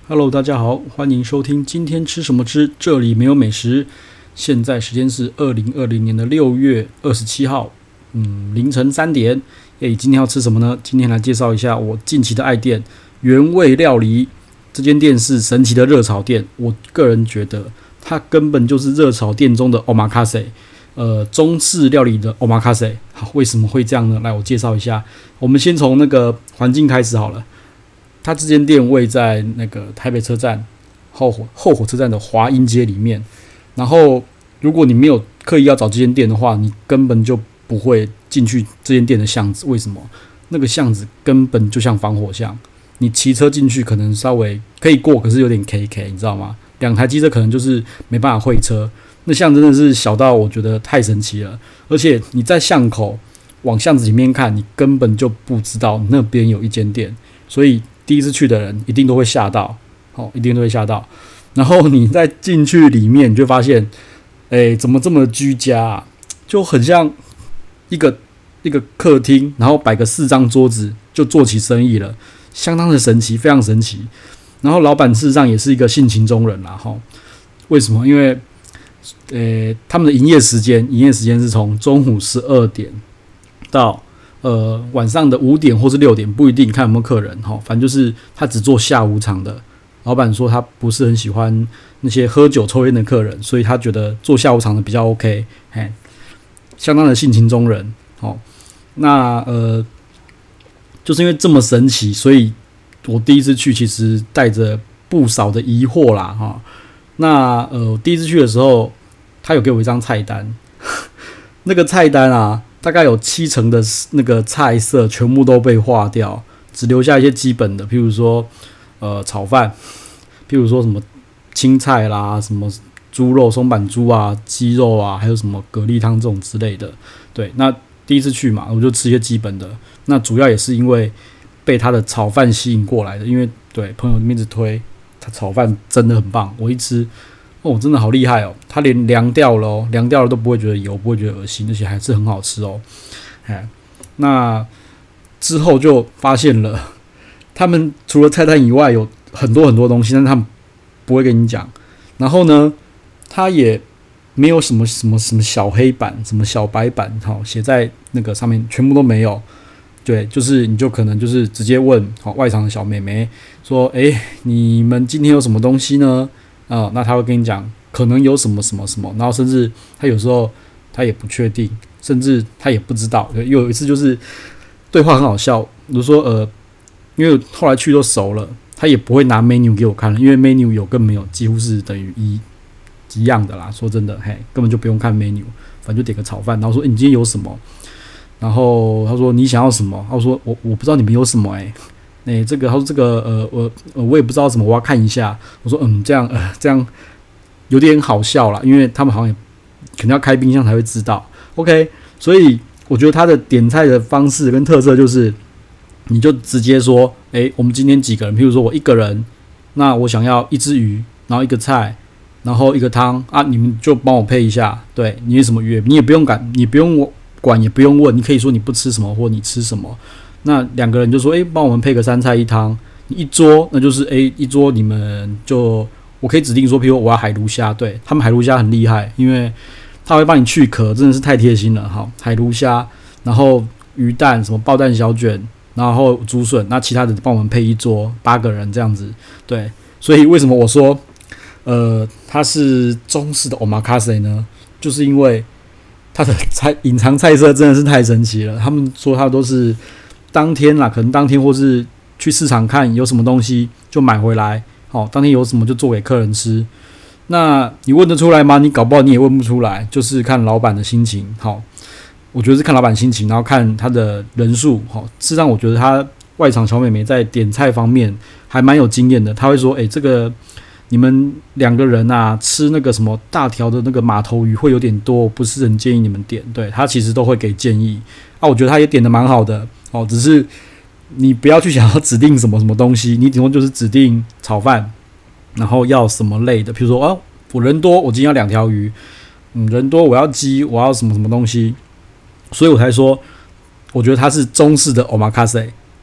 Hello，大家好，欢迎收听今天吃什么吃，这里没有美食。现在时间是2020年6月27号，凌晨3点。今天要吃什么呢？今天来介绍一下我近期的爱店原味料理。这间店是神奇的热炒店，我个人觉得它根本就是热炒店中的 omakase，中式料理的 omakase。好，为什么会这样呢？来，我介绍一下。我们先从那个环境开始好了。它这间店位在那个台北车站后火车站的华阴街里面。然后，如果你没有刻意要找这间店的话，你根本就不会进去这间店的巷子。为什么？那个巷子根本就像防火巷，你骑车进去可能稍微可以过，可是有点 KK， 你知道吗？2台机车可能就是没办法会车。那巷真的是小到我觉得太神奇了，而且你在巷口往巷子里面看，你根本就不知道那边有一间店，所以第一次去的人一定都会吓到，一定都会吓到。然后你再进去里面，你就发现，怎么这么居家啊？就很像一个客厅，然后摆个4张桌子就做起生意了，相当的神奇，非常神奇。然后老板事实上也是一个性情中人啦，为什么？因为他们的营业时间是从中午12点到晚上的5点或是6点，不一定，看有没有客人，反正就是他只做下午场的。老板说他不是很喜欢那些喝酒抽烟的客人，所以他觉得做下午场的比较 OK， 相当的性情中人。那就是因为这么神奇，所以我第一次去其实带着不少的疑惑啦，那我第一次去的时候，他有给我一张菜单，那个菜单啊，大概有70%的那个菜色全部都被划掉，只留下一些基本的，譬如说炒饭，譬如说什么青菜啦，什么猪肉松板猪啊、鸡肉啊，还有什么蛤蜊汤这种之类的。对，那第一次去嘛，我就吃一些基本的。那主要也是因为被他的炒饭吸引过来的，因为对朋友一直推他炒饭真的很棒，我一吃真的好厉害哦！他连凉掉了都不会觉得油，不会觉得恶心，而且还是很好吃哦。那之后就发现了，他们除了菜单以外有很多很多东西，但是他们不会跟你讲。然后呢，他也没有什么小黑板、什么小白板，写在那个上面，全部都没有。对，就是你就可能就是直接问外场的小妹妹说：“你们今天有什么东西呢？”那他会跟你讲，可能有什么什么什么，然后甚至他有时候他也不确定，甚至他也不知道。有一次就是对话很好笑，比如说因为后来去都熟了，他也不会拿 menu 给我看了，因为 menu 有跟没有几乎是等于一样的啦。说真的，根本就不用看 menu， 反正就点个炒饭，然后说：“你今天有什么？”然后他说：“你想要什么？”他说：“我不知道你们有什么这个他说这个我也不知道什么，我要看一下。”我说：“这样有点好笑啦，因为他们好像也可能要开冰箱才会知道。”OK， 所以我觉得他的点菜的方式跟特色就是，你就直接说：“我们今天几个人？譬如说我1个人，那我想要1只鱼，然后1个菜，然后1个汤啊，你们就帮我配一下。对，你有什么约，你也不用管，也不用问，你可以说你不吃什么或你吃什么。那2个人就说：帮我们配个3菜1汤。你一桌，那就是一桌你们就我可以指定说，譬如我要海鲈虾，对他们海鲈虾很厉害，因为他会帮你去壳，真的是太贴心了。好，海鲈虾，然后鱼蛋，什么爆蛋小卷，然后竹笋，那其他的帮我们配一桌8个人这样子。对，所以为什么我说它是中式的 omakase 呢？就是因为它的隐藏菜色真的是太神奇了。他们说他都是当天啦，可能当天或是去市场看有什么东西就买回来，当天有什么就做给客人吃。那你问得出来吗？你搞不好你也问不出来，就是看老板的心情。我觉得是看老板心情，然后看他的人数。事实上我觉得他外场小妹妹在点菜方面还蛮有经验的，他会说：“这个你们2个人啊，吃那个什么大条的那个马头鱼会有点多，不是很建议你们点。”对，他其实都会给建议我觉得他也点得蛮好的只是你不要去想要指定什么什么东西，你顶多就是指定炒饭，然后要什么类的，比如说我人多，我今天要2条鱼，人多我要鸡，我要什么什么东西，所以我才说，我觉得它是中式的 omakase。那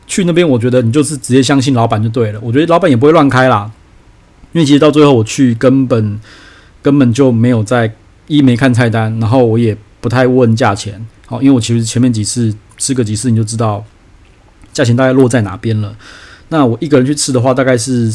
去那边，我觉得你就是直接相信老板就对了。我觉得老板也不会乱开啦，因为其实到最后我去根本就没有没看菜单，然后我也不太问价钱。好，因为我其实前面几次吃个几次你就知道价钱大概落在哪边了。那我一个人去吃的话，大概是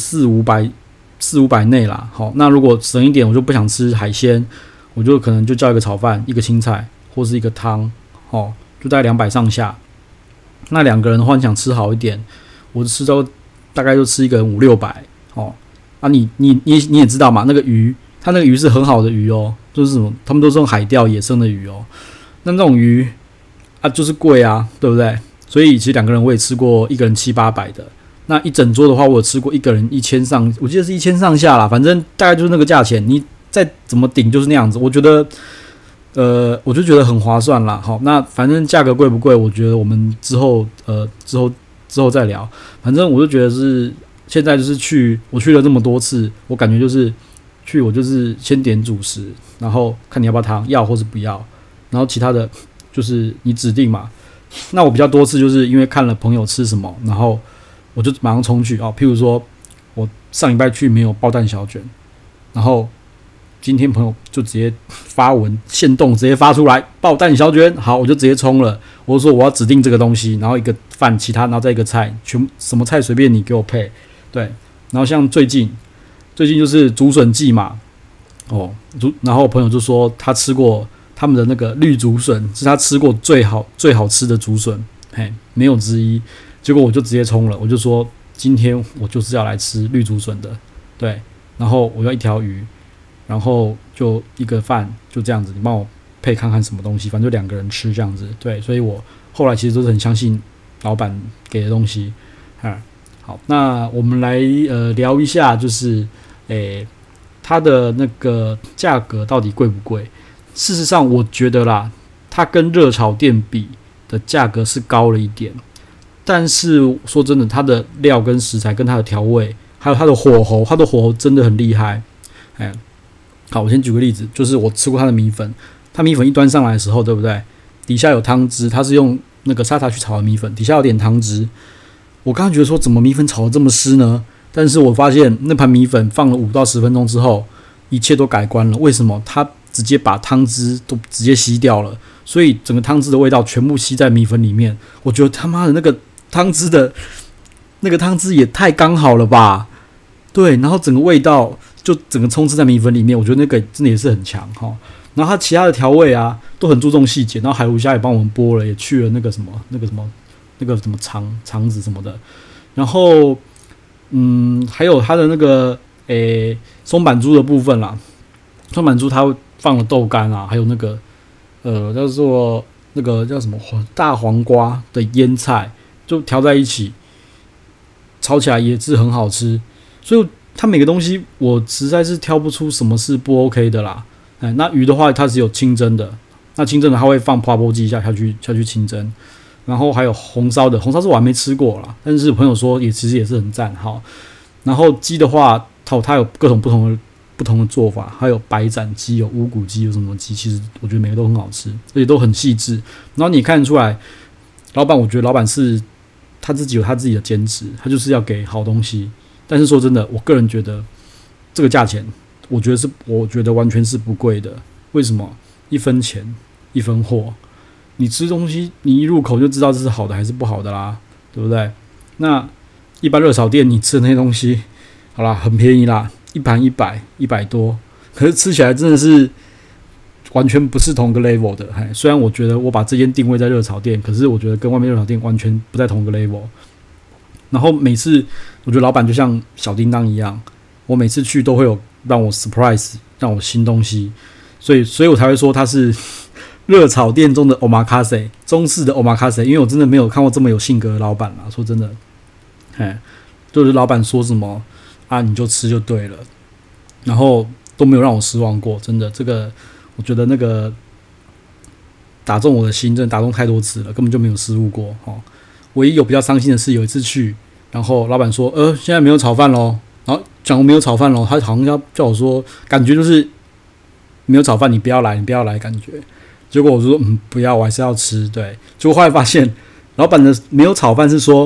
4、500内啦。好，那如果省一点，我就不想吃海鲜，我就可能就叫一个炒饭、一个青菜或是一个汤，哦，就大概200上下。那2个人的话，你想吃好一点，我吃到大概就吃一个人5、600。哦，啊你也知道嘛，那个鱼，它那个鱼是很好的鱼哦，就是什么，他们都是用海钓野生的鱼哦。那种鱼啊，就是贵啊，对不对？所以其实2个人我也吃过，一个人7、800的。那一整桌的话，我有吃过一个人1000上，我记得是1000上下啦，反正大概就是那个价钱，你再怎么顶就是那样子。我觉得，我就觉得很划算啦。好，那反正价格贵不贵，我觉得我们之后再聊。反正我就觉得是现在就是我去了这么多次，我感觉就是我就是先点主食，然后看你要不要汤，要或是不要，然后其他的就是你指定嘛。那我比较多次就是因为看了朋友吃什么，然后我就马上冲去哦。譬如说我上礼拜去没有爆蛋小卷，然后今天朋友就直接发文限动直接发出来爆蛋小卷，好，我就直接冲了。我就说我要指定这个东西，然后一个饭，其他然后再一个菜，什么菜随便你给我配。对，然后像最近就是竹笋季嘛，哦，然后我朋友就说他吃过他们的那个绿竹笋，是他吃过最好吃的竹笋，嘿，没有之一。结果我就直接冲了，我就说今天我就是要来吃绿竹笋的，对，然后我要1条鱼，然后就一个饭，就这样子，你帮我配看看什么东西，反正就2个人吃这样子，对，所以我后来其实都是很相信老板给的东西。好，那我们来聊一下，就是它的那个价格到底贵不贵？事实上，我觉得啦，它跟热炒店比的价格是高了一点。但是说真的，它的料跟食材跟它的调味，还有它的火候真的很厉害。好，我先举个例子，就是我吃过它的米粉，它米粉一端上来的时候，对不对？底下有汤汁，它是用那个沙茶去炒的米粉，底下有点汤汁。我刚刚觉得说，怎么米粉炒得这么湿呢？但是我发现那盘米粉放了5到10分钟之后，一切都改观了。为什么？它直接把汤汁都直接吸掉了，所以整个汤汁的味道全部吸在米粉里面。我觉得他妈的那个汤汁也太刚好了吧？对，然后整个味道就整个充斥在米粉里面，我觉得那个真的也是很强哈。然后它其他的调味啊都很注重细节，然后海鲈虾也帮我们剥了，也去了那个什么肠子什么的。然后还有它的那个松板猪的部分啦，松板猪它会放了豆干啊，还有那个叫做那个叫什么大黄瓜的腌菜，就调在一起，炒起来也是很好吃。所以它每个东西我实在是挑不出什么是不 OK 的啦。那鱼的话，它只有清蒸的，那清蒸的它会放泡波剂下去清蒸。然后还有红烧的，红烧是我还没吃过啦，但是朋友说其实也是很赞哈。然后鸡的话，它有各种不同的做法，还有白斩鸡、有乌骨鸡、有什么鸡，其实我觉得每个都很好吃，而且都很细致。然后你看得出来，我觉得老板是他自己有他自己的坚持，他就是要给好东西。但是说真的，我个人觉得这个价钱，我觉得完全是不贵的。为什么？1分钱1分货。你吃东西，你一入口就知道这是好的还是不好的啦，对不对？那一般热炒店你吃的那些东西，好啦，很便宜啦，一盘100多，可是吃起来真的是完全不是同个 level 的。虽然我觉得我把这间定位在热炒店，可是我觉得跟外面热炒店完全不在同个 level。然后每次我觉得老板就像小叮当一样，我每次去都会有让我 surprise， 让我新东西，所以我才会说它是热炒店中的 omakase， 中式的 omakase， 因为我真的没有看过这么有性格的老板啦。说真的，就是老板说什么啊，你就吃就对了，然后都没有让我失望过。真的，这个我觉得那个打中我的心，真的打中太多次了，根本就没有失误过。唯一有比较伤心的是有一次去，然后老板说，现在没有炒饭咯，然后讲我没有炒饭咯，他好像要叫我说，感觉就是没有炒饭，你不要来感觉。结果我说不要，我还是要吃。对，结果后来发现，老板的没有炒饭是说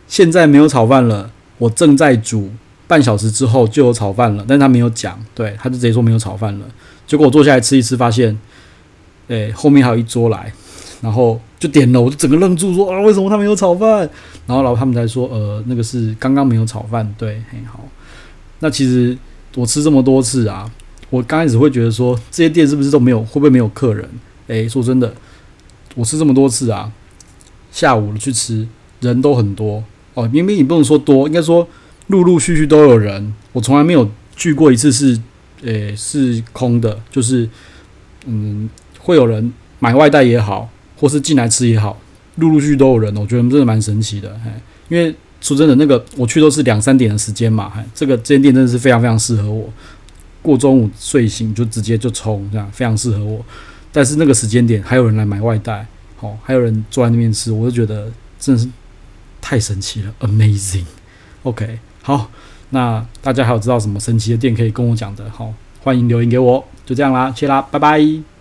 现在没有炒饭了，我正在煮，半小时之后就有炒饭了，但是他没有讲，对，他就直接说没有炒饭了。结果我坐下来吃一吃，发现，后面还有一桌来，然后就点了，我就整个愣住说啊，为什么他没有炒饭？然后他们才说，那个是刚刚没有炒饭，对，好。那其实我吃这么多次啊，我刚开始会觉得说，这些店是不是都没有，会不会没有客人？说真的，我吃这么多次啊，下午去吃人都很多哦，明明你不能说多，应该说陆陆续续都有人。我从来没有去过一次是空的，就是会有人买外带也好，或是进来吃也好，陆陆续续都有人，我觉得真的蛮神奇的。因为说真的，那个我去都是2-3点的时间嘛，这间店真的是非常非常适合我。过中午睡醒就直接就冲，这样非常适合我。但是那个时间点还有人来买外带，还有人坐在那边吃，我就觉得真的是太神奇了 ，amazing。OK， 好，那大家还有知道什么神奇的店可以跟我讲的，欢迎留言给我。就这样啦，谢啦，拜拜。